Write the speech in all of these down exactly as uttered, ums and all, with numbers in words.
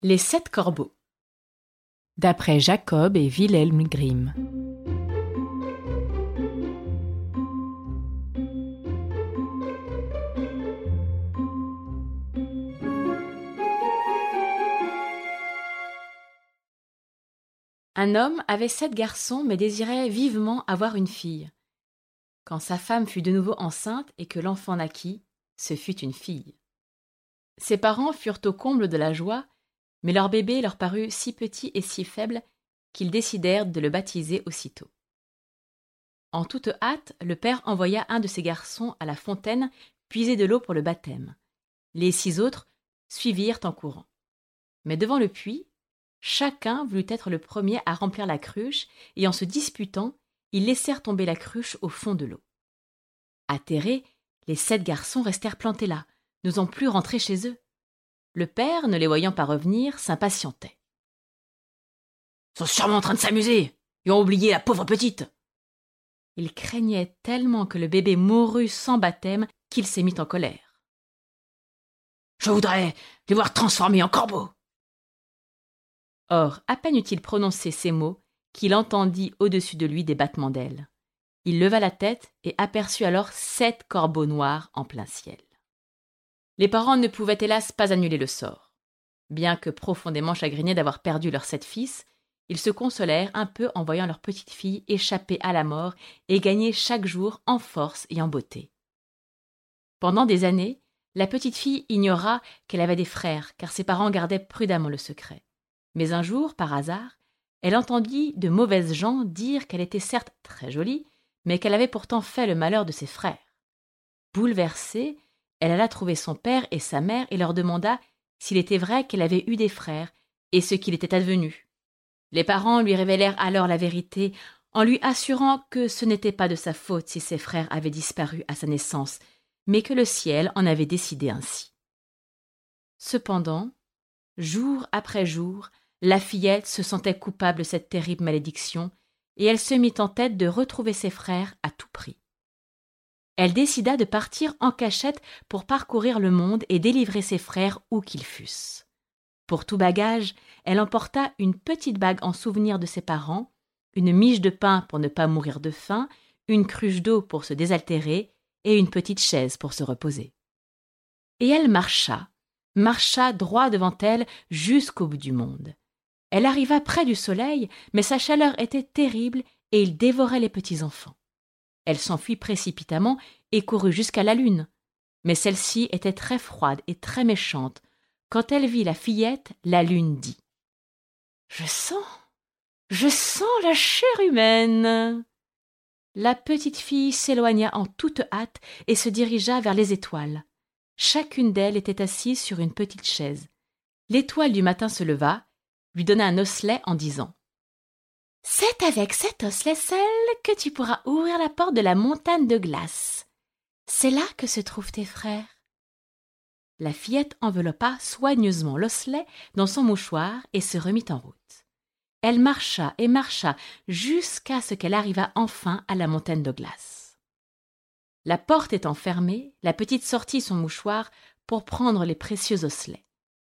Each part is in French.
Les sept corbeaux. D'après Jacob et Wilhelm Grimm. Un homme avait sept garçons mais désirait vivement avoir une fille. Quand sa femme fut de nouveau enceinte et que l'enfant naquit, ce fut une fille. Ses parents furent au comble de la joie, mais leur bébé leur parut si petit et si faible qu'ils décidèrent de le baptiser aussitôt. En toute hâte, le père envoya un de ses garçons à la fontaine puiser de l'eau pour le baptême. Les six autres suivirent en courant. Mais devant le puits, chacun voulut être le premier à remplir la cruche, et en se disputant, ils laissèrent tomber la cruche au fond de l'eau. Atterrés, les sept garçons restèrent plantés là, n'osant plus rentrer chez eux. Le père, ne les voyant pas revenir, s'impatientait. « Ils sont sûrement en train de s'amuser, ils ont oublié la pauvre petite !» Il craignait tellement que le bébé mourût sans baptême qu'il s'est mis en colère. « Je voudrais les voir transformés en corbeaux !» Or, à peine eut-il prononcé ces mots qu'il entendit au-dessus de lui des battements d'ailes. Il leva la tête et aperçut alors sept corbeaux noirs en plein ciel. Les parents ne pouvaient hélas pas annuler le sort. Bien que profondément chagrinés d'avoir perdu leurs sept fils, ils se consolèrent un peu en voyant leur petite fille échapper à la mort et gagner chaque jour en force et en beauté. Pendant des années, la petite fille ignora qu'elle avait des frères, car ses parents gardaient prudemment le secret. Mais un jour, par hasard, elle entendit de mauvaises gens dire qu'elle était certes très jolie, mais qu'elle avait pourtant fait le malheur de ses frères. Bouleversée, elle alla trouver son père et sa mère et leur demanda s'il était vrai qu'elle avait eu des frères et ce qu'il était advenu. Les parents lui révélèrent alors la vérité en lui assurant que ce n'était pas de sa faute si ses frères avaient disparu à sa naissance, mais que le ciel en avait décidé ainsi. Cependant, jour après jour, la fillette se sentait coupable de cette terrible malédiction et elle se mit en tête de retrouver ses frères à tout prix. Elle décida de partir en cachette pour parcourir le monde et délivrer ses frères où qu'ils fussent. Pour tout bagage, elle emporta une petite bague en souvenir de ses parents, une miche de pain pour ne pas mourir de faim, une cruche d'eau pour se désaltérer et une petite chaise pour se reposer. Et elle marcha, marcha droit devant elle jusqu'au bout du monde. Elle arriva près du soleil, mais sa chaleur était terrible et il dévorait les petits-enfants. Elle s'enfuit précipitamment et courut jusqu'à la lune. Mais celle-ci était très froide et très méchante. Quand elle vit la fillette, la lune dit « Je sens, je sens la chair humaine !» La petite fille s'éloigna en toute hâte et se dirigea vers les étoiles. Chacune d'elles était assise sur une petite chaise. L'étoile du matin se leva, lui donna un osselet en disant « C'est avec cet osselet seul que tu pourras ouvrir la porte de la montagne de glace. C'est là que se trouvent tes frères. » La fillette enveloppa soigneusement l'osselet dans son mouchoir et se remit en route. Elle marcha et marcha jusqu'à ce qu'elle arrivât enfin à la montagne de glace. La porte étant fermée, la petite sortit son mouchoir pour prendre les précieux osselets.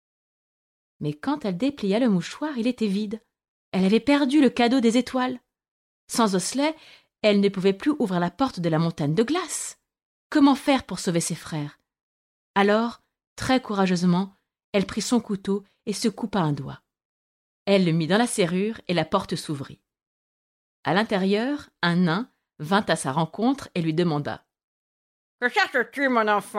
Mais quand elle déplia le mouchoir, il était vide. Elle avait perdu le cadeau des étoiles. Sans osselet, elle ne pouvait plus ouvrir la porte de la montagne de glace. Comment faire pour sauver ses frères? Alors, très courageusement, elle prit son couteau et se coupa un doigt. Elle le mit dans la serrure et la porte s'ouvrit. À l'intérieur, un nain vint à sa rencontre et lui demanda « Que cherches-tu, mon enfant ?»«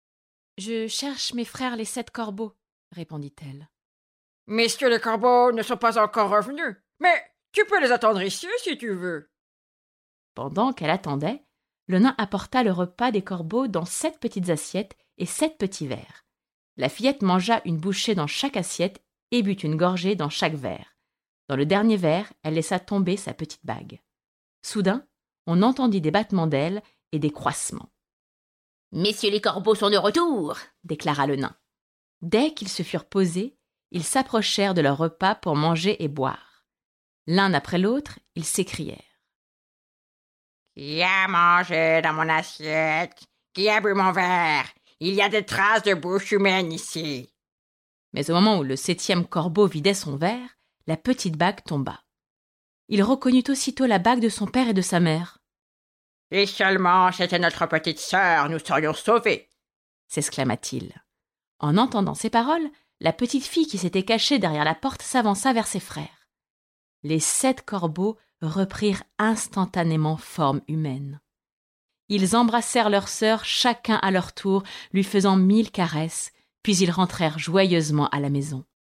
Je cherche mes frères les sept corbeaux, » répondit-elle. « Messieurs les corbeaux ne sont pas encore revenus, mais tu peux les attendre ici si tu veux. » Pendant qu'elle attendait, le nain apporta le repas des corbeaux dans sept petites assiettes et sept petits verres. La fillette mangea une bouchée dans chaque assiette et but une gorgée dans chaque verre. Dans le dernier verre, elle laissa tomber sa petite bague. Soudain, on entendit des battements d'ailes et des croissements. « Messieurs les corbeaux sont de retour !» déclara le nain. Dès qu'ils se furent posés, ils s'approchèrent de leur repas pour manger et boire. L'un après l'autre, ils s'écrièrent. « Qui a mangé dans mon assiette? Qui a bu mon verre? Il y a des traces de bouche humaine ici. » Mais au moment où le septième corbeau vidait son verre, la petite bague tomba. Il reconnut aussitôt la bague de son père et de sa mère. « Si seulement c'était notre petite sœur, nous serions sauvés !» s'exclama-t-il. En entendant ces paroles, la petite fille qui s'était cachée derrière la porte s'avança vers ses frères. Les sept corbeaux reprirent instantanément forme humaine. Ils embrassèrent leur sœur chacun à leur tour, lui faisant mille caresses, puis ils rentrèrent joyeusement à la maison.